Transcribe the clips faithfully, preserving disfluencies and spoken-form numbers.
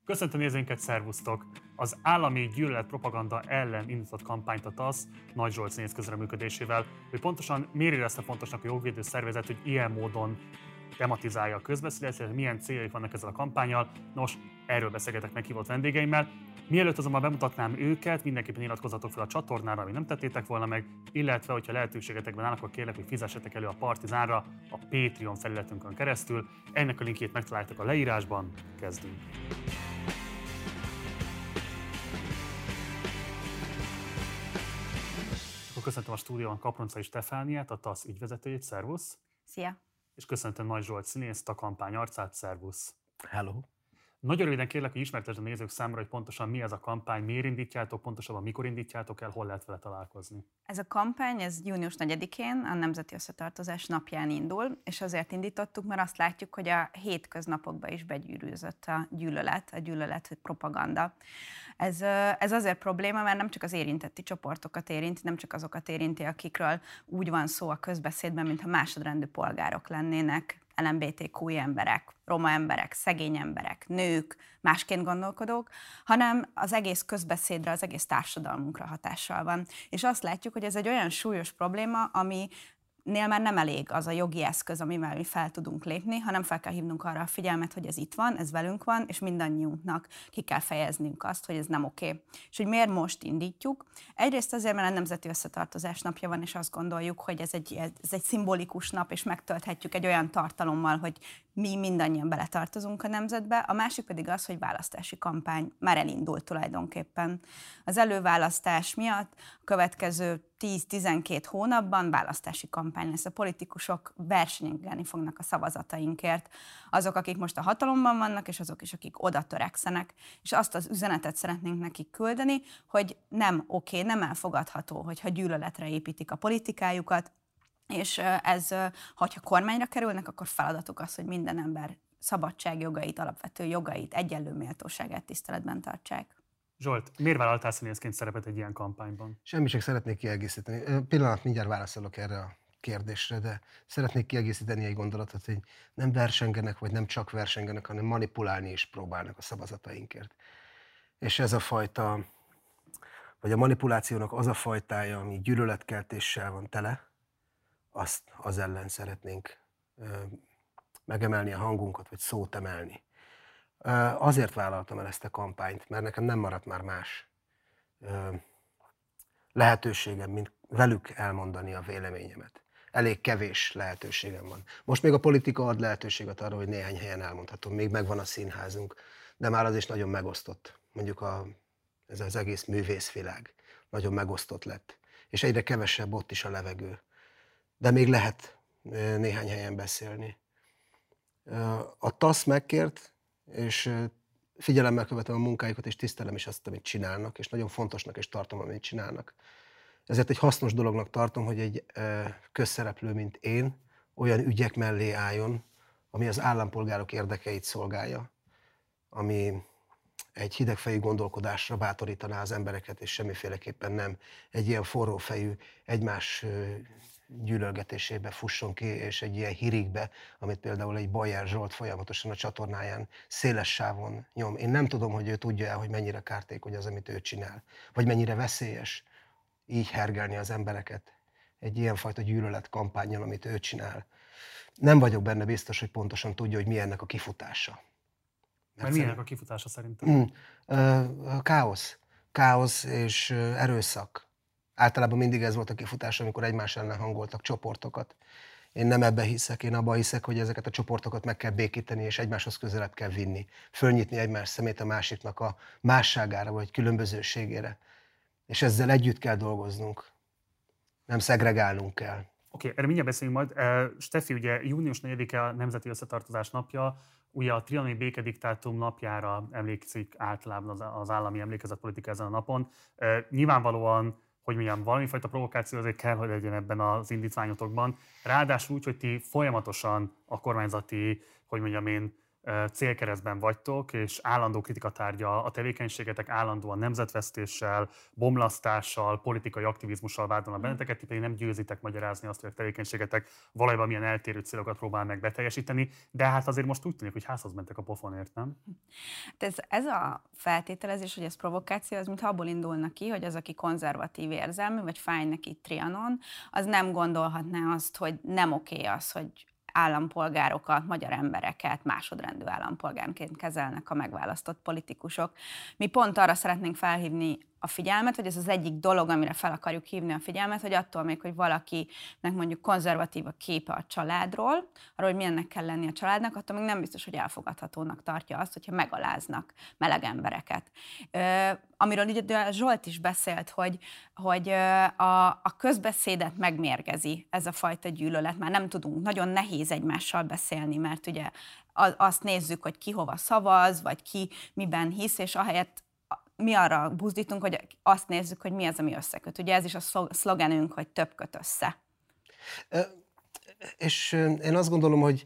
Köszöntöm nézőinket, szervusztok! Az állami gyűlöletpropaganda ellen indított kampányt a TASZ Nagy Zsolt színész közreműködésével, hogy pontosan miért érezte fontosnak a jogvédő szervezet, hogy ilyen módon tematizálja a közbeszédet, illetve milyen céljaik vannak ezzel a kampánnyal. Nos, erről beszélgetek meghívott vendégeimmel. Mielőtt azonban bemutatnám őket, mindenképpen iratkozzatok fel a csatornára, ami nem tettétek volna meg, illetve, hogyha lehetőségetekben áll, akkor kérlek, hogy fizessetek elő a Partizánra a Patreon felületünkön keresztül. Ennek a linkjét megtaláljátok a leírásban. Kezdünk! Akkor köszöntöm a stúdióban Kaproncai Stefániát, a TASZ ügyvezetőjét, szervusz! Szia! És köszöntöm Nagy Zsolt színészt, a kampány arcát, szervusz! Hello! Nagyon röviden kérlek, hogy ismertesd a nézők számára, hogy pontosan mi ez a kampány, miért indítjátok, pontosabban mikor indítjátok el, hol lehet vele találkozni. Ez a kampány, ez június negyedikén, a Nemzeti Összetartozás napján indul, és azért indítottuk, mert azt látjuk, hogy a hétköznapokba is begyűrűzött a gyűlölet, a gyűlölet propaganda. Ez, ez azért probléma, mert nem csak az érintetti csoportokat érinti, nem csak azokat érinti, akikről úgy van szó a közbeszédben, mintha másodrendű polgárok lennének, el em bé té kú emberek, roma emberek, szegény emberek, nők, másként gondolkodók, hanem az egész közbeszédre, az egész társadalmunkra hatással van. És azt látjuk, hogy ez egy olyan súlyos probléma, ami nél már nem elég az a jogi eszköz, amivel mi fel tudunk lépni, hanem fel kell hívnunk arra a figyelmet, hogy ez itt van, ez velünk van, és mindannyiunknak ki kell fejeznünk azt, hogy ez nem oké. És hogy miért most indítjuk? Egyrészt azért, mert a Nemzeti Összetartozás napja van, és azt gondoljuk, hogy ez egy, ez egy szimbolikus nap, és megtölthetjük egy olyan tartalommal, hogy mi mindannyian beletartozunk a nemzetbe. A másik pedig az, hogy választási kampány már elindult tulajdonképpen. Az előválasztás miatt a következő tíz-tizenkét hónapban választási kampány lesz. A politikusok versenyelni fognak a szavazatainkért. Azok, akik most a hatalomban vannak, és azok is, akik oda törekszenek. És azt az üzenetet szeretnénk nekik küldeni, hogy nem oké, nem elfogadható, hogyha gyűlöletre építik a politikájukat, és ez, hogyha kormányra kerülnek, akkor feladatuk az, hogy minden ember szabadságjogait, alapvető jogait, egyenlő méltóságát tiszteletben tartsák. Zsolt, miért vállaltál színészként szerepet egy ilyen kampányban? Semmi, csak szeretnék kiegészíteni. Pillanat, mindjárt válaszolok erre a kérdésre, de szeretnék kiegészíteni egy gondolatot, hogy nem versengenek, vagy nem csak versengenek, hanem manipulálni is próbálnak a szavazatainkért. És ez a fajta, vagy a manipulációnak az a fajtája, ami gyűlöletkeltéssel van tele, azt az ellen szeretnénk megemelni a hangunkat, vagy szót emelni. Azért vállaltam el ezt a kampányt, mert nekem nem maradt már más lehetőségem, mint velük elmondani a véleményemet. Elég kevés lehetőségem van. Most még a politika ad lehetőséget arra, hogy néhány helyen elmondhatom. Még megvan a színházunk, de már az is nagyon megosztott. Mondjuk a, ez az egész művészvilág nagyon megosztott lett. És egyre kevesebb ott is a levegő. De még lehet néhány helyen beszélni. A TASZ megkért, és figyelemmel követem a munkájukat, és tisztelem is azt, amit csinálnak, és nagyon fontosnak is tartom, amit csinálnak. Ezért egy hasznos dolognak tartom, hogy egy közszereplő, mint én, olyan ügyek mellé álljon, ami az állampolgárok érdekeit szolgálja, ami egy hidegfejű gondolkodásra bátorítaná az embereket, és semmiféleképpen nem egy ilyen forrófejű, egymás gyűlölgetésébe fusson ki, és egy ilyen hírikbe, amit például egy Bajer Zsolt folyamatosan a csatornáján széles sávon nyom. Én nem tudom, hogy ő tudja el, hogy mennyire kártékony az, amit ő csinál, vagy mennyire veszélyes így hergelni az embereket egy ilyenfajta gyűlöletkampánnyal, amit ő csinál. Nem vagyok benne biztos, hogy pontosan tudja, hogy mi ennek a kifutása. Mert mi ennek a kifutása szerintem? Káosz. Káosz és erőszak. Általában mindig ez volt a kifutás, amikor egymás ellen hangoltak csoportokat. Én nem ebbe hiszek, én abban hiszek, hogy ezeket a csoportokat meg kell békíteni, és egymáshoz közelebb kell vinni. Fölnyitni egymás szemét a másiknak a másságára, vagy különbözőségére. És ezzel együtt kell dolgoznunk. Nem szegregálnunk kell. Oké, okay, erre mindjárt beszélünk majd. Stefi, ugye június negyedike a Nemzeti Összetartozás napja, ugye a trianoni békediktátum napjára emlékszik általában az állami emlékezetpolitika ezen a napon. Nyilvánvalóan, hogy mondjam, valamifajta provokáció azért kell, hogy legyen ebben az indítványotokban. Ráadásul úgy, hogy ti folyamatosan a kormányzati, hogy mondjam én, célkeresztben vagytok, és állandó kritikatárgya a tevékenységetek, állandóan nemzetvesztéssel, bomlasztással, politikai aktivizmussal vádolnak benneteket, ti pedig nem győzitek magyarázni azt, hogy a tevékenységetek valójában milyen eltérő célokat próbál meg beteljesíteni, de hát azért most úgy tűnik, hogy házhoz mentek a pofonért, nem? Ez, ez a feltételezés, hogy ez provokáció, az mintha abból indulna ki, hogy az, aki konzervatív érzelmű, vagy fáj neki Trianon, az nem gondolhatná azt, hogy nem oké az, hogy állampolgárokat, magyar embereket másodrendű állampolgárként kezelnek a megválasztott politikusok. Mi pont arra szeretnénk felhívni a figyelmet, hogy ez az egyik dolog, amire fel akarjuk hívni a figyelmet, hogy attól még, hogy valakinek mondjuk konzervatív a képe a családról, arról, hogy milyennek kell lenni a családnak, attól még nem biztos, hogy elfogadhatónak tartja azt, hogyha megaláznak meleg embereket. Ö, amiről ugye Zsolt is beszélt, hogy, hogy a, a közbeszédet megmérgezi ez a fajta gyűlölet. Már nem tudunk, nagyon nehéz egymással beszélni, mert ugye azt nézzük, hogy ki hova szavaz, vagy ki miben hisz, és ahelyett mi arra buzdítunk, hogy azt nézzük, hogy mi az, ami összeköt. Ugye ez is a szlogenünk, hogy több köt össze. És én azt gondolom, hogy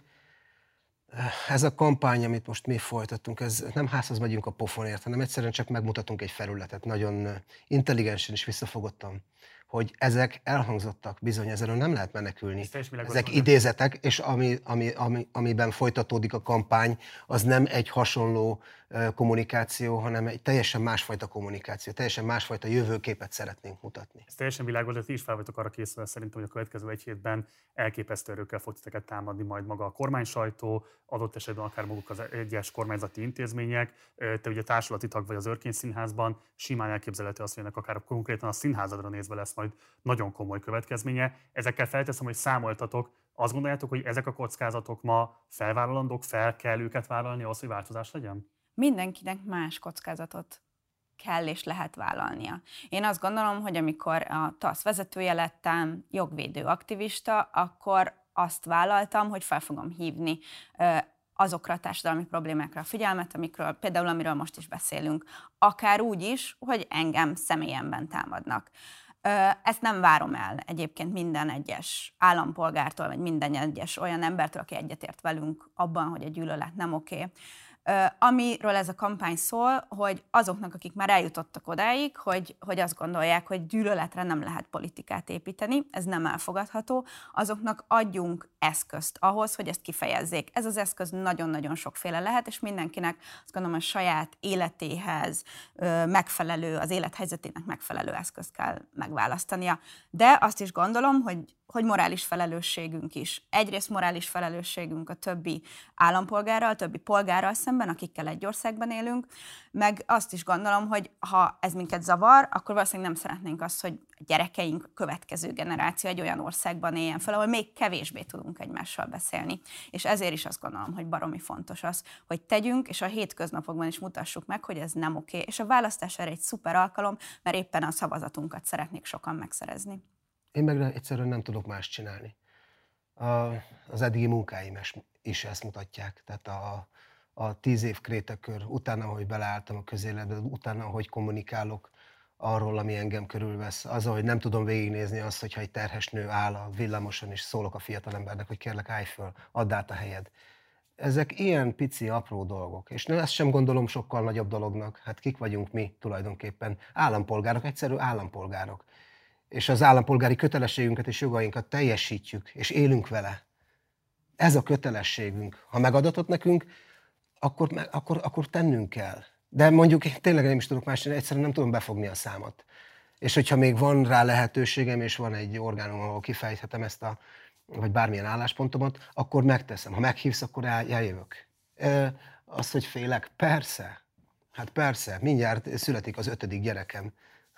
ez a kampány, amit most mi folytattunk, ez nem házhoz megyünk a pofonért, hanem egyszerűen csak megmutatunk egy felületet, nagyon intelligensen és visszafogottan, hogy ezek elhangzottak, bizony ezzel nem lehet menekülni. Ezek idézetek, és ami, ami, ami, amiben folytatódik a kampány, az nem egy hasonló kommunikáció, hanem egy teljesen másfajta kommunikáció, teljesen másfajta jövőképet szeretnénk mutatni. Ez teljesen világos, de ti is fel vagytok arra készülve szerintem, hogy a következő egy hétben elképesztő erőkkel fog titeket támadni majd maga a kormánysajtó, adott esetben akár maguk az egyes kormányzati intézmények. Te ugye társulati tag vagy az Örkény Színházban, simán elképzelhető azt, hogy ennek akár konkrétan a színházadra nézve lesz majd nagyon komoly következménye. Ezekkel felteszem, hogy számoltatok. Azt gondoljátok, hogy ezek a kockázatok ma felvállalandók, fel kell őket vállalni ahhoz, hogy változás legyen? Mindenkinek más kockázatot kell és lehet vállalnia. Én azt gondolom, hogy amikor a TASZ vezetője lettem, jogvédő aktivista, akkor azt vállaltam, hogy fel fogom hívni azokra a társadalmi problémákra a figyelmet, amikről, például amiről most is beszélünk. Akár úgy is, hogy engem személyemben támadnak. Ezt nem várom el egyébként minden egyes állampolgártól, vagy minden egyes olyan embertől, aki egyetért velünk abban, hogy a gyűlölet nem oké. Amiről ez a kampány szól, hogy azoknak, akik már eljutottak odáig, hogy, hogy azt gondolják, hogy gyűlöletre nem lehet politikát építeni, ez nem elfogadható, azoknak adjunk eszközt ahhoz, hogy ezt kifejezzék. Ez az eszköz nagyon-nagyon sokféle lehet, és mindenkinek azt gondolom, a saját életéhez megfelelő, az élethelyzetének megfelelő eszközt kell megválasztania. De azt is gondolom, hogy hogy morális felelősségünk is. Egyrészt morális felelősségünk a többi állampolgárral, a többi polgárral szemben, akikkel egy országban élünk, meg azt is gondolom, hogy ha ez minket zavar, akkor valószínűleg nem szeretnénk azt, hogy a gyerekeink, a következő generáció egy olyan országban éljen fel, ahol még kevésbé tudunk egymással beszélni. És ezért is azt gondolom, hogy baromi fontos az, hogy tegyünk, és a hétköznapokban is mutassuk meg, hogy ez nem oké. És a választás erre egy szuper alkalom, mert éppen a szavazatunkat szeretnék sokan megszerezni. Én meg egyszerűen nem tudok más csinálni. A, az eddigi munkáim is ezt mutatják. Tehát a, a tíz év krétakör, utána, hogy beleálltam a közéletbe, utána, hogy kommunikálok arról, ami engem körülvesz, az, hogy nem tudom végignézni azt, hogyha egy terhes nő áll a villamoson, és szólok a fiatalembernek, hogy kérlek, állj föl, add át a helyed. Ezek ilyen pici, apró dolgok. És ezt sem gondolom sokkal nagyobb dolognak. Hát kik vagyunk mi tulajdonképpen? Állampolgárok, egyszerű állampolgárok. És az állampolgári kötelességünket és jogainkat teljesítjük, és élünk vele. Ez a kötelességünk. Ha megadatott nekünk, akkor, akkor, akkor tennünk kell. De mondjuk én tényleg nem is tudok más csinálni, egyszerűen nem tudom befogni a számot. És hogyha még van rá lehetőségem, és van egy orgánum, ahol kifejthetem ezt a, vagy bármilyen álláspontomat, akkor megteszem. Ha meghívsz, akkor el, eljövök. E, az, hogy félek? Persze. Hát persze. Mindjárt születik az ötödik gyerekem.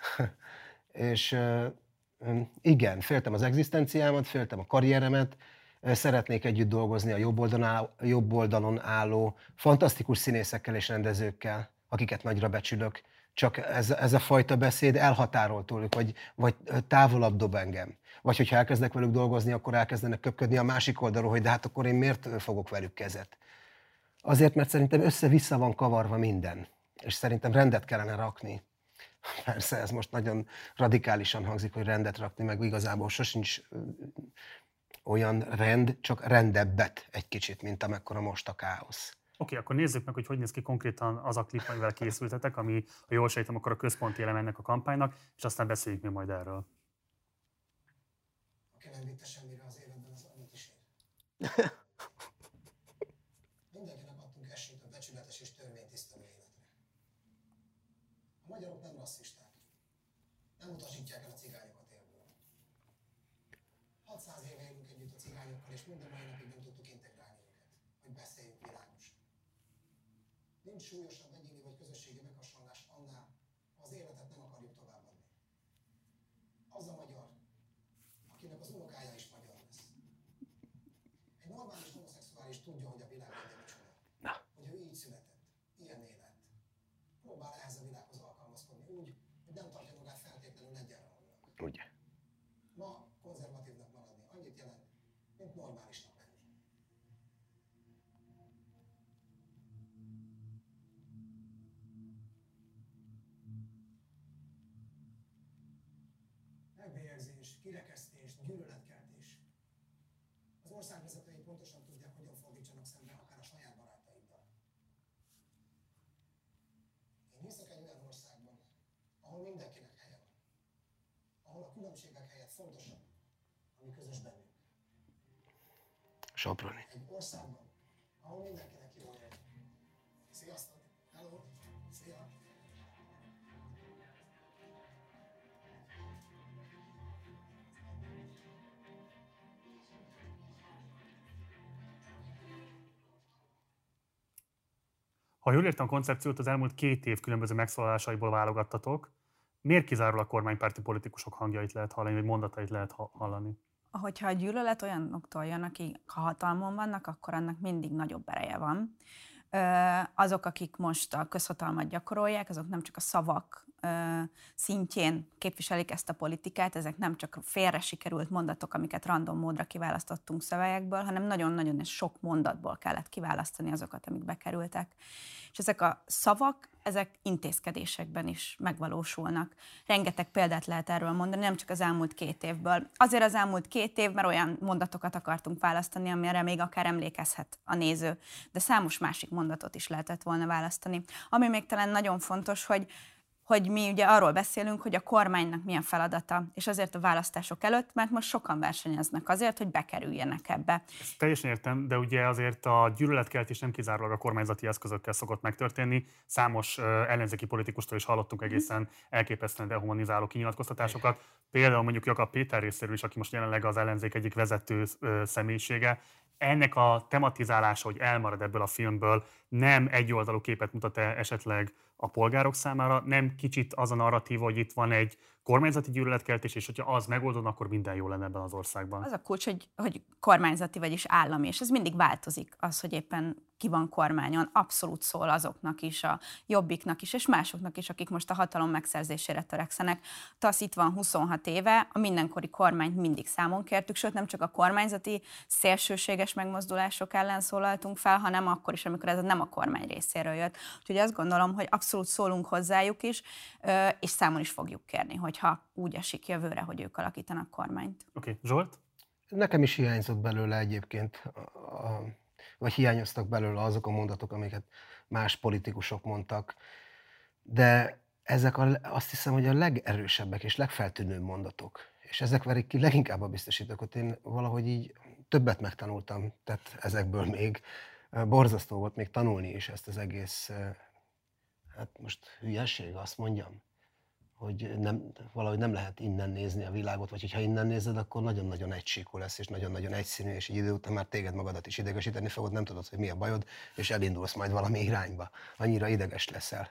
És igen, féltem az egzisztenciámat, féltem a karrieremet, szeretnék együtt dolgozni a jobb oldalon álló, jobb oldalon álló fantasztikus színészekkel és rendezőkkel, akiket nagyra becsülök, csak ez, ez a fajta beszéd elhatárol tőlük, vagy, vagy távolabb dob engem. Vagy hogyha elkezdek velük dolgozni, akkor elkezdenek köpködni a másik oldalról, hogy de hát akkor én miért fogok velük kezet. Azért, mert szerintem össze-vissza van kavarva minden, és szerintem rendet kellene rakni. Persze, ez most nagyon radikálisan hangzik, hogy rendet rakni, meg igazából sosincs olyan rend, csak rendebbet egy kicsit, mint amekkora most a káosz. okay, akkor nézzük meg, hogy hogy néz ki konkrétan az a klip, amivel készültetek, ami, ha jól sejtem, akkor a központi elem ennek a kampánynak, és aztán beszéljük mi majd erről. Aki nem vitte semmire az életben, az annyit is ér. Mindenkinek adtunk esélyt a becsületes és törvénytisztelő életre. A magyarok nem rasszisták. Nem utasítják el a cigányokat élből. hatszáz éve élünk együtt a cigányokkal, és mind a mai napig nem tudtuk integrálni őket, hogy beszéljünk világosan. Nincs súlyosabb egyéni vagy közösségi meghasonlás annál, ha az életet nem akarjuk továbbadni. Az a magyar, akinek az unokája is magyar lesz. Egy normális homoszexuális tudja, hogy a világ egy micsoda. Hogy ő így született, ilyen élet. Próbál ehhez a világhoz alkalmazkodni úgy, hogy nem tartja magát feltétlenül egyenrangúnak. Ugye. Ma konzervatívnak maradni annyit jelent, mint normálisnak lenni. Megbélyegzés, kirekesztés, gyűlöletkeltés. Az országvezetői pontosan tudják, hogyan fordítsanak szembe akár a saját barátaikkal. Én hiszek egy olyan országban, ahol mindenkinek helye van. Ahol a különbségek helyett fontosabb, ami közös bennünk. Soproni. Egy országban, ahol mindenkinek jó ér. Sziasztok! Hello! Szia! Ha jól értem a koncepciót, az elmúlt két év különböző megszólalásaiból válogattatok. Miért kizárólag kormánypárti politikusok hangjait lehet hallani, vagy mondatait lehet ha- hallani? Hogyha a gyűlölet olyanoktól jön, akik hatalmon vannak, akkor annak mindig nagyobb ereje van. Ö, azok, akik most a közhatalmat gyakorolják, azok nem csak a szavak ö, szintjén képviselik ezt a politikát, ezek nem csak félre sikerült mondatok, amiket random módra kiválasztottunk szövegekből, hanem nagyon-nagyon sok mondatból kellett kiválasztani azokat, amik bekerültek. És ezek a szavak, ezek intézkedésekben is megvalósulnak. Rengeteg példát lehet erről mondani, nem csak az elmúlt két évből. Azért az elmúlt két év, mert olyan mondatokat akartunk választani, amire még akár emlékezhet a néző, de számos másik mondatot is lehetett volna választani. Ami még talán nagyon fontos, hogy hogy mi ugye arról beszélünk, hogy a kormánynak milyen feladata, és azért a választások előtt, mert most sokan versenyeznek azért, hogy bekerüljenek ebbe. Ezt teljesen értem, de ugye azért a gyűlöletkeltés nem kizárólag a kormányzati eszközökkel szokott megtörténni. Számos uh, ellenzéki politikustól is hallottunk egészen elképesztően dehumanizáló kinyilatkoztatásokat. Például mondjuk Jakab Péter részéről is, aki most jelenleg az ellenzék egyik vezető uh, személyisége. Ennek a tematizálása, hogy elmarad ebből a filmből, nem egyoldalú képet mutat -e esetleg a polgárok számára, nem kicsit az a narratíva, hogy itt van egy kormányzati gyűlöletkeltés, és hogyha az megoldódna, akkor minden jó lenne ebben az országban. Az a kulcs, hogy, hogy kormányzati, vagyis állami, és ez mindig változik, az, hogy éppen ki van kormányon, abszolút szól azoknak is, a Jobbiknak is, és másoknak is, akik most a hatalom megszerzésére törekszenek. TASZ itt van huszonhat éve, a mindenkori kormányt mindig számon kértük, sőt nem csak a kormányzati szélsőséges megmozdulások ellen szólaltunk fel, hanem akkor is, amikor ez nem a kormány részéről jött. Úgyhogy azt gondolom, hogy abszolút szólunk hozzájuk is, és számon is fogjuk kérni, hogyha úgy esik jövőre, hogy ők alakítanak kormányt. Oké, okay. Zsolt? Nekem is hiányzott belőle egyébként, a, a, vagy hiányoztak belőle azok a mondatok, amiket más politikusok mondtak, de ezek a, azt hiszem, hogy a legerősebbek és legfeltűnőbb mondatok, és ezek verik ki leginkább a biztosítékot. Én valahogy így többet megtanultam, tehát ezekből még borzasztó volt még tanulni is ezt az egész, hát most hülyeség, azt mondjam, hogy nem, valahogy nem lehet innen nézni a világot, vagy hogyha innen nézed, akkor nagyon-nagyon egysíkú lesz, és nagyon-nagyon egyszínű, és egy idő után már téged magadat is idegesíteni fogod, nem tudod, hogy mi a bajod, és elindulsz majd valami irányba. Annyira ideges leszel.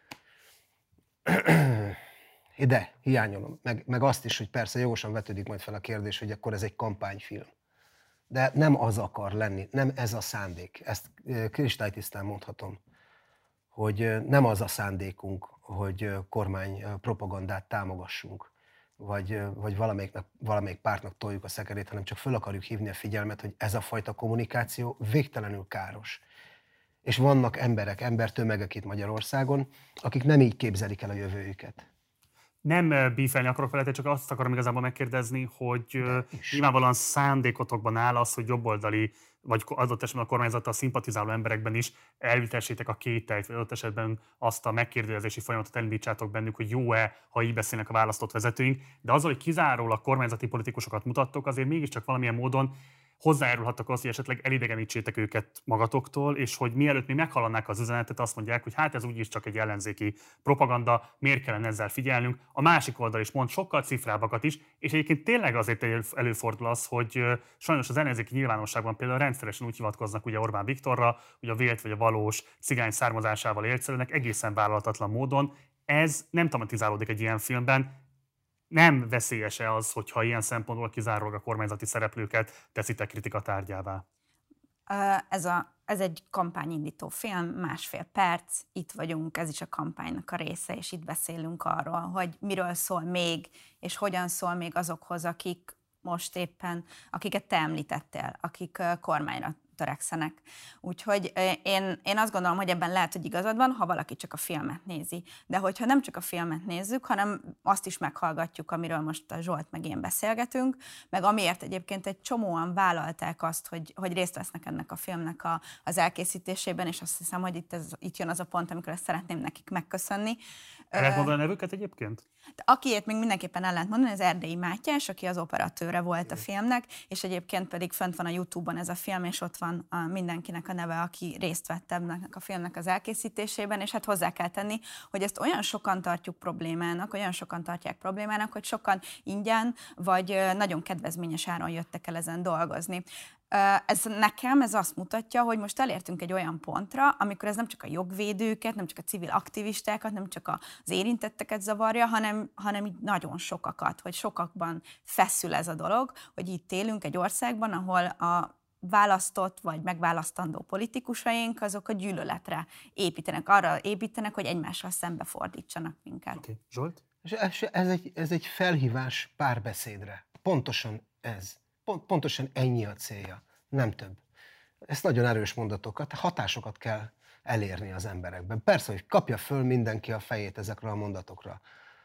De hiányolom. Meg, meg azt is, hogy persze jogosan vetődik majd fel a kérdés, hogy akkor ez egy kampányfilm. De nem az akar lenni, nem ez a szándék. Ezt kristálytisztán mondhatom, hogy nem az a szándékunk, hogy kormány propagandát támogassunk, vagy, vagy valamelyiknek, valamelyik pártnak toljuk a szekerét, hanem csak föl akarjuk hívni a figyelmet, hogy ez a fajta kommunikáció végtelenül káros. És vannak emberek, embertömegek itt Magyarországon, akik nem így képzelik el a jövőjüket. Nem bífelni akarok vele, csak azt akarom igazából megkérdezni, hogy nyilvánvalóan szándékotokban áll az, hogy jobboldali vagy adott esetben a kormányzattal szimpatizáló emberekben is elvitessétek a kételyt, vagy adott esetben azt a megkérdőjelezési folyamatot elindítsátok bennük, hogy jó-e, ha így beszélnek a választott vezetőink, de azzal, hogy kizárólag kormányzati politikusokat mutattok, azért mégiscsak valamilyen módon hozzájárulhattak az, hogy esetleg elidegenítsétek őket magatoktól, és hogy mielőtt mi meghallanák az üzenetet, azt mondják, hogy hát ez úgyis csak egy ellenzéki propaganda, miért kellene ezzel figyelnünk. A másik oldal is mond sokkal cifrábbakat is, és egyébként tényleg azért előfordul az, hogy sajnos az ellenzéki nyilvánosságban például rendszeresen úgy hivatkoznak ugye Orbán Viktorra, hogy a vélt vagy a valós cigány származásával élcelődnek egészen vállalhatatlan módon. Ez nem tematizálódik egy ilyen filmben. Nem veszélyes-e az, hogyha ilyen szempontból kizárólag a kormányzati szereplőket teszitek kritika tárgyává? Ez, a, ez egy kampányindító film, másfél perc, itt vagyunk, ez is a kampánynak a része, és itt beszélünk arról, hogy miről szól még, és hogyan szól még azokhoz, akik most éppen, akiket te említettél, akik kormányra törekszenek. Úgyhogy én, én azt gondolom, hogy ebben lehet, hogy igazad van, ha valaki csak a filmet nézi. De hogyha nem csak a filmet nézzük, hanem azt is meghallgatjuk, amiről most a Zsolt meg én beszélgetünk, meg amiért egyébként egy csomóan vállalták azt, hogy, hogy részt vesznek ennek a filmnek a, az elkészítésében, és azt hiszem, hogy itt, ez, itt jön az a pont, amikor ezt szeretném nekik megköszönni. Lehet mondani a nevüket egyébként? Akiért még mindenképpen el lehet mondani, az Erdélyi Mátyás, aki az operatőre volt a filmnek, és egyébként pedig fönt van a YouTube-on ez a film, és ott van a mindenkinek a neve, aki részt vett ennek a filmnek az elkészítésében, és hát hozzá kell tenni, hogy ezt olyan sokan tartjuk problémának, olyan sokan tartják problémának, hogy sokan ingyen, vagy nagyon kedvezményes áron jöttek el ezen dolgozni. Ez nekem ez azt mutatja, hogy most elértünk egy olyan pontra, amikor ez nem csak a jogvédőket, nem csak a civil aktivistákat, nem csak az érintetteket zavarja, hanem, hanem így nagyon sokakat, hogy sokakban feszül ez a dolog, hogy itt élünk egy országban, ahol a választott vagy megválasztandó politikusaink, azok a gyűlöletre építenek, arra építenek, hogy egymással szembe fordítsanak minket. Okay. Zsolt? Ez egy, ez egy felhívás párbeszédre. Pontosan ez. Pont, pontosan ennyi a célja, nem több. Ez nagyon erős mondatokat, hatásokat kell elérni az emberekben. Persze, hogy kapja föl mindenki a fejét ezekre a mondatokra.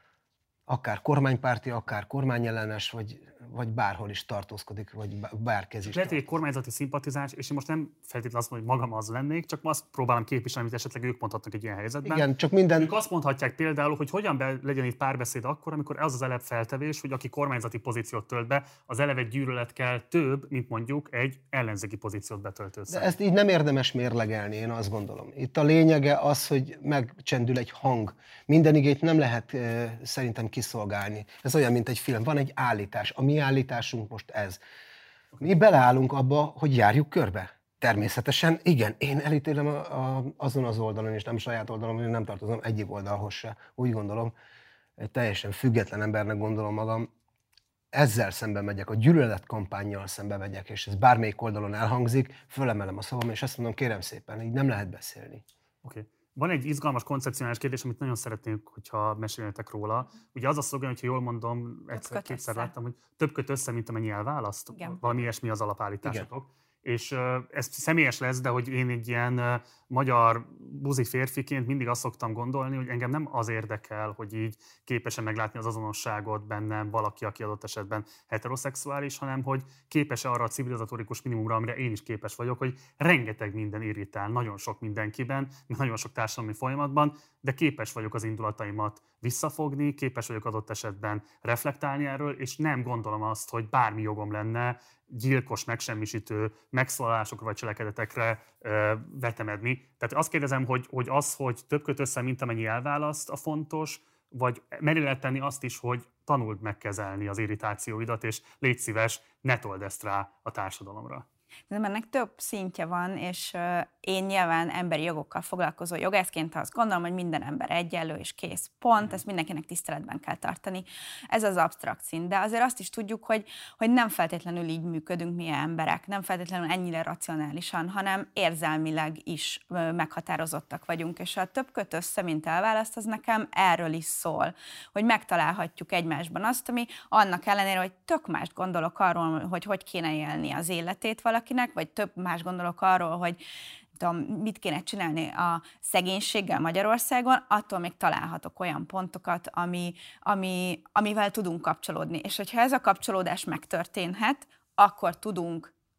Akár kormánypárti, akár kormányellenes, vagy, vagy bárhol is tartózkodik, vagy bárkez is. Lehet, hogy egy kormányzati szimpatizás, és én most nem feltétlenül azt mondom, hogy magam az lennék, csak azt próbálom képviselni, amit esetleg ők mondhatnak egy ilyen helyzetben. Igen, csak minden... Ők azt mondhatják például, hogy hogyan be legyen itt párbeszéd akkor, amikor az az eleve feltevés, hogy aki kormányzati pozíciót tölt be, az eleve gyűlölet kell több, mint mondjuk egy ellenzéki pozíciót betöltő. De ezt így nem érdemes mérlegelni, én azt gondolom. Itt a lényege az, hogy megcsendül egy hang. Minden igét nem lehet e, szerintem kiszolgálni. Ez olyan, mint egy film. Van egy állítás. A mi állításunk most ez. Mi beleállunk abba, hogy járjuk körbe. Természetesen, igen, én elítélem a, a, azon az oldalon, és nem saját oldalon, hogy nem tartozom egyik oldalhoz se. Úgy gondolom, egy teljesen független embernek gondolom magam. Ezzel szembe megyek, a gyűlöletkampánnyal szembe megyek, és ez bármelyik oldalon elhangzik, fölemelem a szavam, és azt mondom, kérem szépen, így nem lehet beszélni. Oké. Okay. Van egy izgalmas koncepcionális kérdés, amit nagyon szeretnék, hogyha mesélnétek róla. Ugye az a szlogen, hogyha jól mondom, egyszer-kétszer láttam, hogy több köt össze, mint amennyi elválaszt. Igen. Valami ilyesmi az alapállításatok. Igen. És uh, ez személyes lesz, de hogy én egy ilyen uh, magyar buzi férfiként mindig azt szoktam gondolni, hogy engem nem az érdekel, hogy így képes-e meglátni az azonosságot bennem valaki, aki adott esetben heteroszexuális, hanem hogy képes-e arra a civilizatórikus minimumra, amire én is képes vagyok, hogy rengeteg minden irritál, nagyon sok mindenkiben, nagyon sok társadalmi folyamatban, de képes vagyok az indulataimat visszafogni, képes vagyok adott esetben reflektálni erről, és nem gondolom azt, hogy bármi jogom lenne gyilkos, megsemmisítő megszólalásokra vagy cselekedetekre ö, vetemedni. Tehát azt kérdezem, hogy, hogy az, hogy több köt össze, mint amennyi elválaszt, a fontos, vagy merre lehet tenni azt is, hogy tanuld megkezelni az irritációidat, és légy szíves, ne told ezt rá a társadalomra. De ennek több szintje van, és én nyilván emberi jogokkal foglalkozó jogászként azt gondolom, hogy minden ember egyenlő és kész, pont, ezt mindenkinek tiszteletben kell tartani. Ez az absztrakt szint, de azért azt is tudjuk, hogy, hogy nem feltétlenül így működünk mi emberek, nem feltétlenül ennyire racionálisan, hanem érzelmileg is meghatározottak vagyunk, és a több köt össze, mint elválaszt, az nekem erről is szól, hogy megtalálhatjuk egymásban azt, ami annak ellenére, hogy tök mást gondolok arról, hogy hogy kéne élni az életét valakinek, vagy több más gondolok arról, hogy tudom, mit kéne csinálni a szegénységgel Magyarországon, attól még találhatok olyan pontokat, ami, ami, amivel tudunk kapcsolódni. És hogyha ez a kapcsolódás megtörténhet, akkor tudunk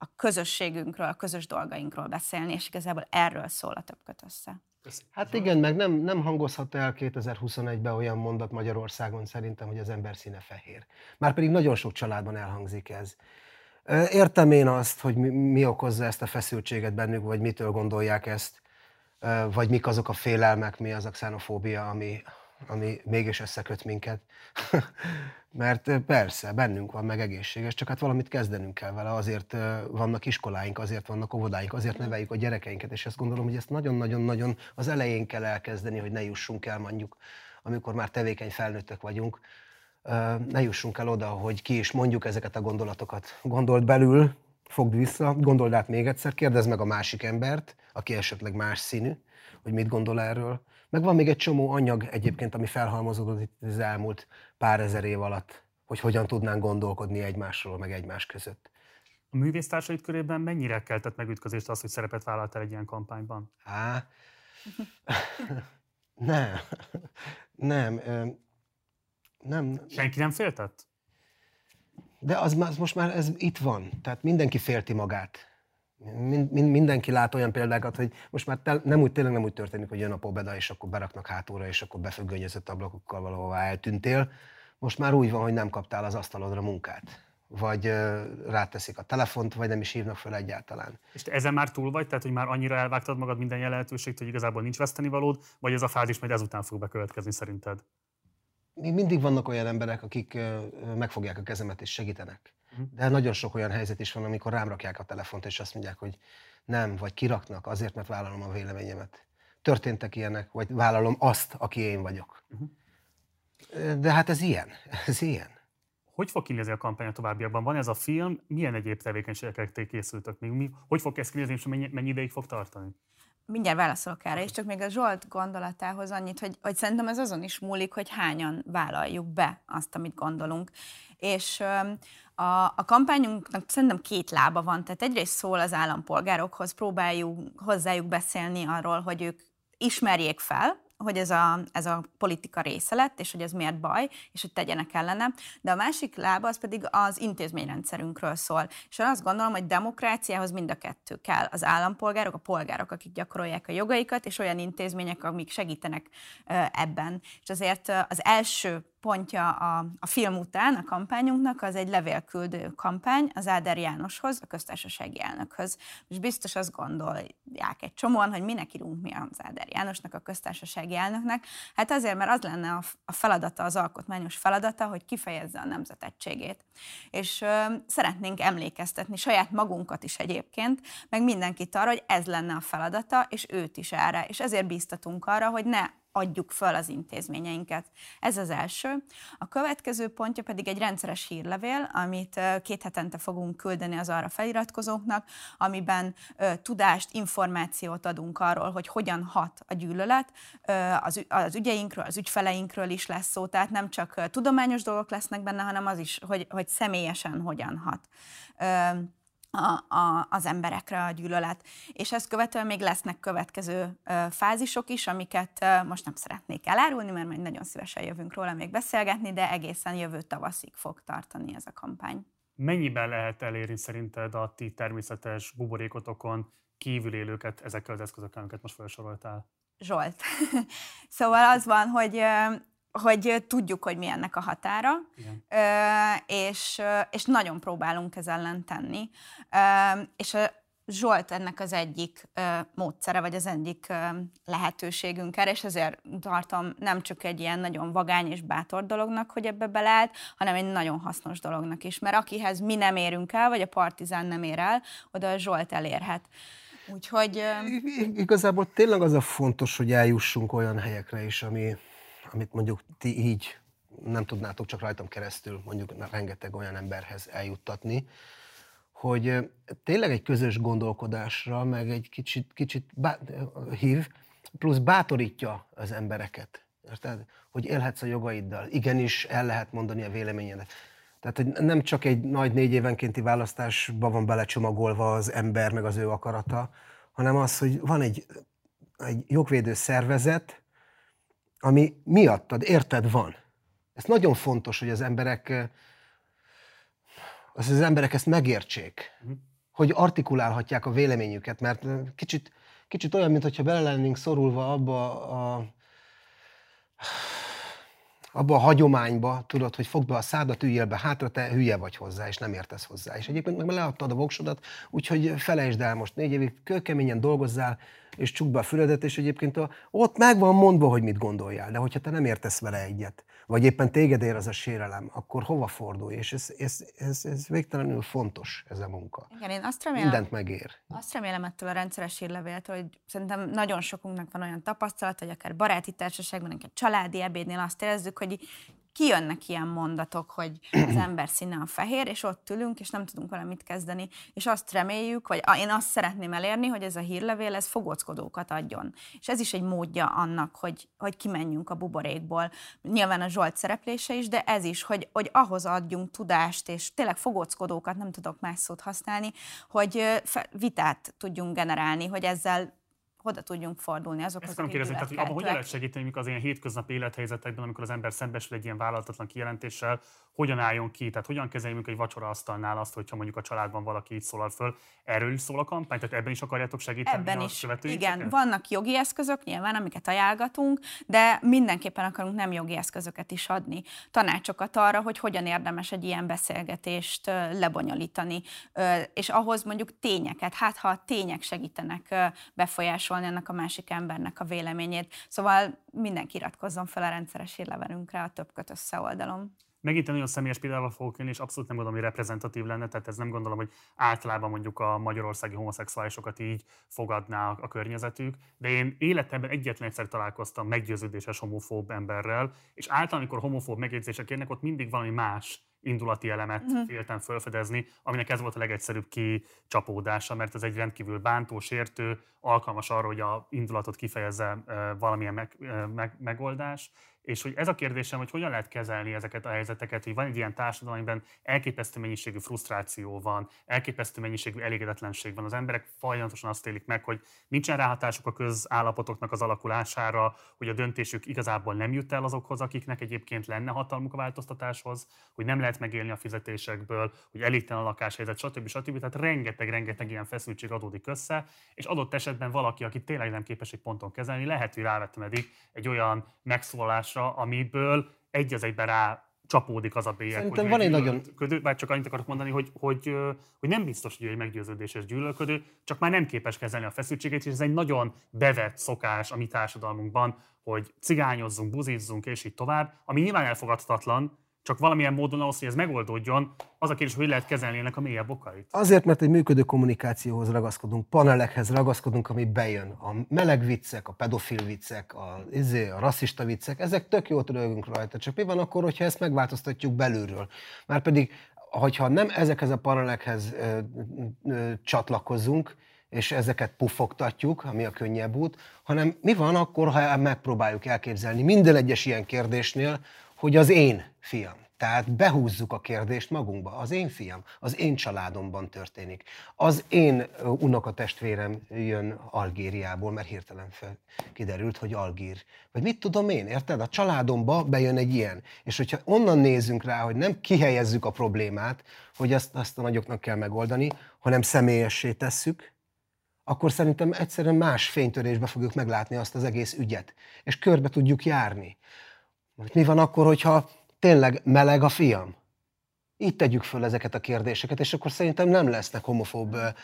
a közösségünkről, a közös dolgainkról beszélni, és igazából erről szól a Több köt össze. Hát igen, meg nem, nem hangozhat el kétezer-huszonegyben olyan mondat Magyarországon szerintem, hogy az ember színe fehér. Márpedig nagyon sok családban elhangzik ez. Értem én azt, hogy mi, mi okozza ezt a feszültséget bennük, vagy mitől gondolják ezt, vagy mik azok a félelmek, mi az a xenofóbia, ami, ami mégis összeköt minket. Mert persze, bennünk van meg egészséges, csak hát valamit kezdenünk kell vele, azért vannak iskoláink, azért vannak óvodáink, azért neveljük a gyerekeinket, és ezt gondolom, hogy ezt nagyon-nagyon-nagyon az elején kell elkezdeni, hogy ne jussunk el mondjuk, amikor már tevékeny felnőttek vagyunk, ne jussunk el oda, hogy ki is mondjuk ezeket a gondolatokat. Gondold belül, fogd vissza, gondold át még egyszer, kérdezd meg a másik embert, aki esetleg más színű, hogy mit gondol erről. Meg van még egy csomó anyag egyébként, ami felhalmozódott itt az elmúlt pár ezer év alatt, hogy hogyan tudnánk gondolkodni egymásról, meg egymás között. A művésztársaid körében mennyire keltett megütközést az, hogy szerepet vállaltál egy ilyen kampányban? Há? nem. Nem. Nem. Senki nem féltett? De az, az most már ez itt van. Tehát mindenki félti magát. Mind, mind, mindenki lát olyan példákat, hogy most már tel, nem úgy, tényleg nem úgy történik, hogy jön a pobeda, és akkor beraknak hátulra, és akkor befüggönyözött ablakokkal valahová eltűntél. Most már úgy van, hogy nem kaptál az asztalodra munkát. Vagy uh, ráteszik a telefont, vagy nem is hívnak fel egyáltalán. És te ezen már túl vagy? Tehát, hogy már annyira elvágtad magad minden lehetőséget, hogy igazából nincs vesztenivalód, vagy ez a fázis majd ezután fog bekövetkezni szerinted? Még mindig vannak olyan emberek, akik uh, megfogják a kezemet és segítenek. De nagyon sok olyan helyzet is van, amikor rám rakják a telefont, és azt mondják, hogy nem, vagy kiraknak azért, mert vállalom a véleményemet. Történtek ilyenek, vagy vállalom azt, aki én vagyok. De hát ez ilyen, ez ilyen. Hogy fog kinézni a kampány a továbbiakban? Van ez a film, milyen egyéb tevékenységekkel készültök még? Mi, hogy fog ezt kinézni, és mennyi, mennyi ideig fog tartani? Mindjárt válaszolok erre, és csak még a Zsolt gondolatához annyit, hogy, hogy szerintem ez azon is múlik, hogy hányan vállaljuk be azt, amit gondolunk. És a, a kampányunknak szerintem két lába van, tehát egyrészt szól az állampolgárokhoz, próbáljuk hozzájuk beszélni arról, hogy ők ismerjék fel, hogy ez a, ez a politika része lett, és hogy ez miért baj, és hogy tegyenek ellene. De a másik lába az pedig az intézményrendszerünkről szól. És én azt gondolom, hogy demokráciához mind a kettő kell. Az állampolgárok, a polgárok, akik gyakorolják a jogaikat, és olyan intézmények, amik segítenek ebben. És azért az első pontja a, a film után, a kampányunknak, az egy levélküldő kampány az Áder Jánoshoz, a köztársasági elnökhöz. És biztos azt gondolják egy csomóan, hogy minek írunk mi az Áder Jánosnak, a köztársasági elnöknek. Hát azért, mert az lenne a, a feladata, az alkotmányos feladata, hogy kifejezze a nemzetegységét. És ö, szeretnénk emlékeztetni saját magunkat is egyébként, meg mindenkit arra, hogy ez lenne a feladata, és őt is erre. És ezért bíztatunk arra, hogy ne adjuk föl az intézményeinket. Ez az első. A következő pontja pedig egy rendszeres hírlevél, amit két hetente fogunk küldeni az arra feliratkozóknak, amiben ö, tudást, információt adunk arról, hogy hogyan hat a gyűlölet. Ö, az, az ügyeinkről, az ügyfeleinkről is lesz szó, tehát nem csak ö, tudományos dolgok lesznek benne, hanem az is, hogy, hogy személyesen hogyan hat. Ö, A, a, az emberekre a gyűlölet. És ezt követően még lesznek következő ö, fázisok is, amiket ö, most nem szeretnék elárulni, mert majd nagyon szívesen jövünk róla még beszélgetni, de egészen jövő tavaszig fog tartani ez a kampány. Mennyiben lehet elérni szerinted a ti természetes buborékotokon kívül élőket ezekkel az eszközökkel, amiket most felsoroltál? Zsolt. Szóval az van, hogy hogy tudjuk, hogy mi ennek a határa, és, és nagyon próbálunk ez ellen tenni. És a Zsolt ennek az egyik módszere, vagy az egyik lehetőségünk erre, és ezért tartom nem csak egy ilyen nagyon vagány és bátor dolognak, hogy ebbe beleállt, hanem egy nagyon hasznos dolognak is. Mert akihez mi nem érünk el, vagy a Partizán nem ér el, oda a Zsolt elérhet. Úgyhogy... Igazából tényleg az a fontos, hogy eljussunk olyan helyekre is, ami... amit mondjuk ti így nem tudnátok csak rajtam keresztül mondjuk rengeteg olyan emberhez eljuttatni, hogy tényleg egy közös gondolkodásra, meg egy kicsit, kicsit bá, hív, plusz bátorítja az embereket. Érted? Hogy élhetsz a jogaiddal, igenis el lehet mondani a véleményedet. Tehát, hogy nem csak egy nagy négy évenkénti választásba van belecsomagolva az ember, meg az ő akarata, hanem az, hogy van egy, egy jogvédő szervezet, ami miattad, érted, van. Ez nagyon fontos, hogy az emberek, az, az emberek ezt megértsék. hogy artikulálhatják a véleményüket, mert kicsit, kicsit olyan, mintha bele lennénk szorulva abba a, abba a hagyományba, tudod, hogy fogd be a szádat, üljél be hátra, te hülye vagy hozzá, és nem értesz hozzá. És egyébként meg leadtad a voksodat, úgyhogy felejtsd el most négy évig, kőkeményen dolgozzál, és csukd be a füledet, és egyébként a, ott meg van mondva, hogy mit gondoljál, de hogyha te nem értesz vele egyet, vagy éppen téged ér az a sérelem, akkor hova fordulj? És ez, ez, ez, ez végtelenül fontos, ez a munka. Igen, én azt remélem, mindent megér. Azt remélem ettől a rendszeres hírlevéltől, hogy szerintem nagyon sokunknak van olyan tapasztalat, hogy akár baráti társaságban, akár családi ebédnél azt érezzük, hogy kijönnek ilyen mondatok, hogy az ember színe a fehér, és ott ülünk, és nem tudunk vele mit kezdeni, és azt reméljük, vagy én azt szeretném elérni, hogy ez a hírlevél, ez fogóckodókat adjon. És ez is egy módja annak, hogy, hogy kimenjünk a buborékból. Nyilván a Zsolt szereplése is, de ez is, hogy, hogy ahhoz adjunk tudást, és tényleg fogóckodókat, nem tudok más szót használni, hogy vitát tudjunk generálni, hogy ezzel oda tudjunk fordulni azokhoz, Ezt nem kérdezni, tehát, hogy abban hogyan lehet segíteni, amikor az ilyen hétköznapi élethelyzetekben, amikor az ember szembesül egy ilyen vállalatlan kijelentéssel, hogyan álljon ki, tehát hogyan kezeljünk egy vacsoraasztalnál azt, hogyha mondjuk a családban valaki így szólal föl. Erről is szól a kampány? Tehát ebben is akarjátok segíteni? Ebben a is, követőiteket? igen. Vannak jogi eszközök nyilván, amiket ajánlgatunk, de mindenképpen akarunk nem jogi eszközöket is adni. Tanácsokat arra, hogy hogyan érdemes egy ilyen beszélgetést lebonyolítani, és ahhoz mondjuk tényeket, hát ha a tények segítenek befolyásolni ennek a másik embernek a véleményét. Szóval mindenki iratkozzon fel a rendszeres hírlevelünkre a Több Köt Össze oldalon. Megint egy nagyon személyes példával fogok élni, és abszolút nem gondolom, hogy reprezentatív lenne, tehát ez nem gondolom, hogy általában mondjuk a magyarországi homoszexuálisokat így fogadná a környezetük, de én életemben egyetlen egyszer találkoztam meggyőződéses homofób emberrel, és általában, amikor homofób megjegyzések érnek, ott mindig valami más indulati elemet uh-huh. féltem felfedezni, aminek ez volt a legegyszerűbb kicsapódása, mert ez egy rendkívül bántó, sértő, alkalmas arra, hogy a indulatot kifejezze uh, valamilyen meg, uh, meg, megoldás. És hogy ez a kérdésem, hogy hogyan lehet kezelni ezeket a helyzeteket, hogy van egy ilyen társadalom, amiben elképesztő mennyiségű frusztráció van, elképesztő mennyiségű elégedetlenség van. Az emberek folyamatosan azt élik meg, hogy nincsen ráhatásuk a közállapotoknak az alakulására, hogy a döntésük igazából nem jut el azokhoz, akiknek egyébként lenne hatalmuk a változtatáshoz, hogy nem lehet megélni a fizetésekből, hogy elégtelen a lakáshelyzet, stb. stb. Tehát rengeteg-rengeteg ilyen feszültség adódik össze, és adott esetben valaki, aki tényleg nem képes egy ponton kezelni, lehet, hogy rávetemedik egy olyan megszólalásra, amiből egy az egyben rá csapódik az a bélyeg. Szerintem van egy nagyon... Bár csak annyit akarok mondani, hogy, hogy, hogy nem biztos, hogy ő egy meggyőződéses gyűlölködő, csak már nem képes kezelni a feszültségét, és ez egy nagyon bevett szokás a mi társadalmunkban, hogy cigányozzunk, buzizzunk, és így tovább, ami nyilván elfogadhatatlan, csak valamilyen módon ahhoz, hogy ez megoldódjon, az a kérdés, hogy lehet kezelni ennek a mélyebb okait. Azért, mert egy működő kommunikációhoz ragaszkodunk, panelekhez ragaszkodunk, ami bejön. A meleg viccek, a pedofil viccek, a, a rasszista viccek, ezek tök jót rögünk rajta. Csak mi van akkor, hogyha ezt megváltoztatjuk belülről? Márpedig, hogyha nem ezekhez a panelekhez ö, ö, csatlakozunk, és ezeket puffogtatjuk, ami a könnyebb út, hanem mi van akkor, ha megpróbáljuk elképzelni minden egyes ilyen kérdésnél, hogy az én fiam. Tehát behúzzuk a kérdést magunkba. Az én fiam, az én családomban történik. Az én unokatestvérem jön Algériából, mert hirtelen fel kiderült, hogy algír. Vagy mit tudom én, érted? A családomba bejön egy ilyen. És hogyha onnan nézzünk rá, hogy nem kihelyezzük a problémát, hogy azt, azt a nagyoknak kell megoldani, hanem személyessé tesszük, akkor szerintem egyszerűen más fénytörésbe fogjuk meglátni azt az egész ügyet. És körbe tudjuk járni. Mi van akkor, hogyha tényleg meleg a fiam? Így tegyük föl ezeket a kérdéseket, és akkor szerintem nem lesznek homofób ö,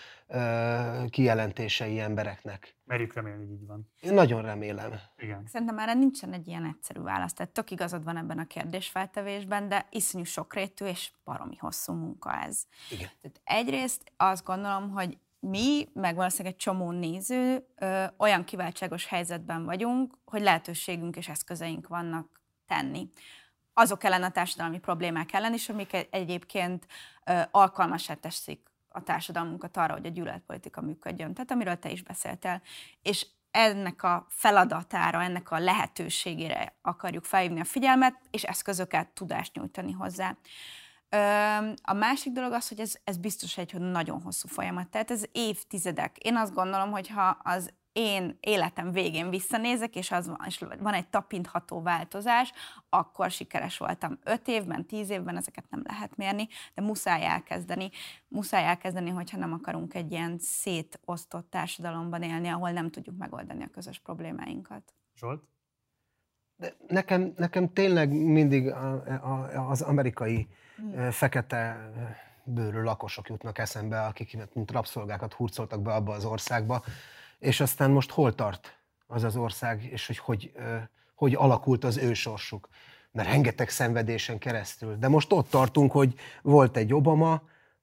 ö, kijelentései embereknek. Merjük remélni, hogy így van. Én nagyon remélem. Igen. Szerintem erre nincsen egy ilyen egyszerű válasz. Tehát tök igazad van ebben a kérdésfeltevésben, de iszonyú sokrétű és baromi hosszú munka ez. Igen. Tehát egyrészt azt gondolom, hogy mi, meg valószínűleg egy csomó néző ö, olyan kiváltságos helyzetben vagyunk, hogy lehetőségünk és eszközeink vannak tenni. Azok ellen a társadalmi problémák ellen is, amik egyébként ö, alkalmassá teszik a társadalmunkat arra, hogy a gyűlöletpolitika működjön. Tehát amiről te is beszéltél. És ennek a feladatára, ennek a lehetőségére akarjuk felhívni a figyelmet, és eszközöket, tudást nyújtani hozzá. A másik dolog az, hogy ez, ez biztos egy nagyon hosszú folyamat, tehát ez évtizedek. Én azt gondolom, hogy ha az én életem végén visszanézek, és, az van, és van egy tapintható változás, akkor sikeres voltam. Öt évben, tíz évben ezeket nem lehet mérni, de muszáj elkezdeni. Muszáj elkezdeni, hogyha nem akarunk egy ilyen szétosztott társadalomban élni, ahol nem tudjuk megoldani a közös problémáinkat. Zsolt? De nekem, nekem tényleg mindig a, a, az amerikai hmm. fekete bőrű lakosok jutnak eszembe, akik mint rabszolgákat hurcoltak be abba az országba, és aztán most hol tart az az ország, és hogy hogy, hogy alakult az ő sorsuk. Mert rengeteg szenvedésen keresztül. De most ott tartunk, hogy volt egy Obama,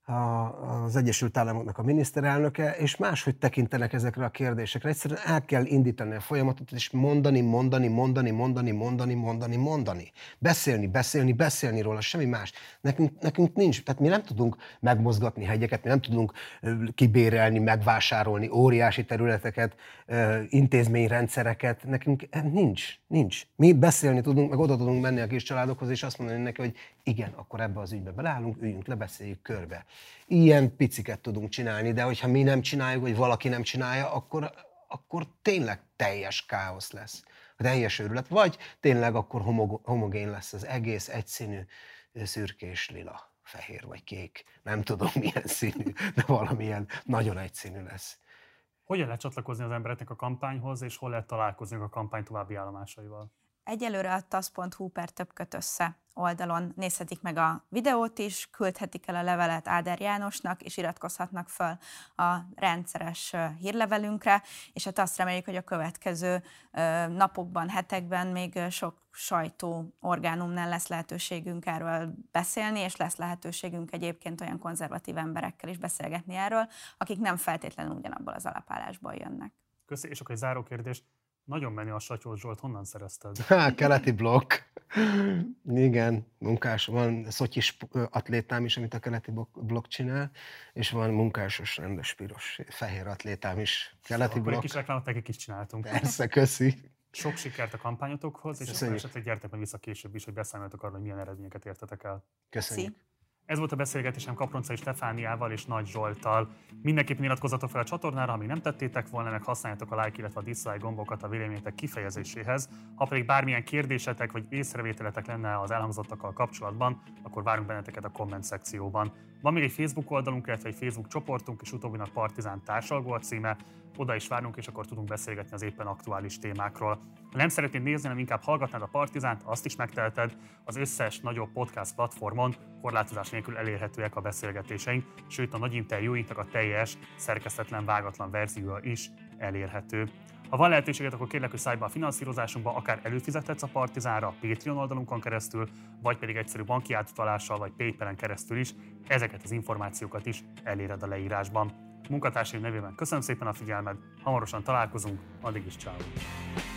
az Egyesült Államoknak a miniszterelnöke, és máshogy tekintenek ezekre a kérdésekre. Egyszerűen el kell indítani a folyamatot, és mondani, mondani, mondani, mondani, mondani, mondani, mondani. Beszélni, beszélni, beszélni róla, semmi más. Nekünk, nekünk nincs, tehát mi nem tudunk megmozgatni hegyeket, mi nem tudunk kibérelni, megvásárolni óriási területeket, intézményrendszereket. Nekünk nincs, nincs. Mi beszélni tudunk, meg oda tudunk menni a kis családokhoz, és azt mondani neki, hogy igen, akkor ebbe az ügybe beleállunk, üljünk le, beszéljük körbe. Ilyen piciket tudunk csinálni, de hogyha mi nem csináljuk, vagy valaki nem csinálja, akkor, akkor tényleg teljes káosz lesz. Teljes őrület. Vagy tényleg akkor homogén lesz az egész, egyszínű, szürkés, lila, fehér vagy kék. Nem tudom milyen színű, de valamilyen nagyon egyszínű lesz. Hogyan lehet csatlakozni az embereknek a kampányhoz, és hol lehet találkozni a kampány további állomásaival? Egyelőre a tasz pont hu per több köt össze oldalon nézhetik meg a videót is, küldhetik el a levelet Áder Jánosnak, és iratkozhatnak fel a rendszeres hírlevelünkre, és hát azt reméljük, hogy a következő napokban, hetekben még sok sajtóorgánumnál lesz lehetőségünk erről beszélni, és lesz lehetőségünk egyébként olyan konzervatív emberekkel is beszélgetni erről, akik nem feltétlenül ugyanabból az alapállásból jönnek. Köszönöm, és akkor egy záró kérdés. Nagyon menő a Satyó Zsolt, honnan szerezted? Há, keleti blokk. Igen, munkás, van szotyis atlétám is, amit a keleti blokk csinál, és van munkásos, rendes, piros, fehér atlétám is. Keleti Akkor blokk. egy kis reklámot nekik is csináltunk. Persze, köszi. Sok sikert a kampányotokhoz, és akkor esetleg gyertek meg vissza később is, hogy beszámoljatok arról, hogy milyen eredményeket értetek el. Köszönjük. Ez volt a beszélgetésem Kaproncai Stefániával és Nagy Zsolttal. Mindenképpen iratkozzatok fel a csatornára, ha még nem tettétek volna, meg használjátok a like, illetve a dislike gombokat a véleményetek kifejezéséhez. Ha pedig bármilyen kérdésetek vagy észrevételetek lenne az elhangzottakkal kapcsolatban, akkor várunk benneteket a komment szekcióban. Van még egy Facebook oldalunk, illetve egy Facebook csoportunk, és utóbbinak Partizán társalgó a címe. Oda is várunk, és akkor tudunk beszélgetni az éppen aktuális témákról. Ha nem szeretnéd nézni, hanem inkább hallgatnád a Partizánt, azt is megteheted. Az összes nagyobb podcast platformon korlátozás nélkül elérhetőek a beszélgetéseink, sőt a nagy interjúinknak a teljes, szerkesztetlen, vágatlan verziója is elérhető. Ha van lehetőséget, akkor kérlek, hogy szállj be a finanszírozásunkba, akár előfizethetsz a Partizánra a Patreon oldalunkon keresztül, vagy pedig egyszerű banki átutalással vagy PayPal-en keresztül is. Ezeket az információkat is eléred a leírásban. Munkatársaim nevében köszönöm szépen a figyelmed, hamarosan találkozunk, addig is ciao.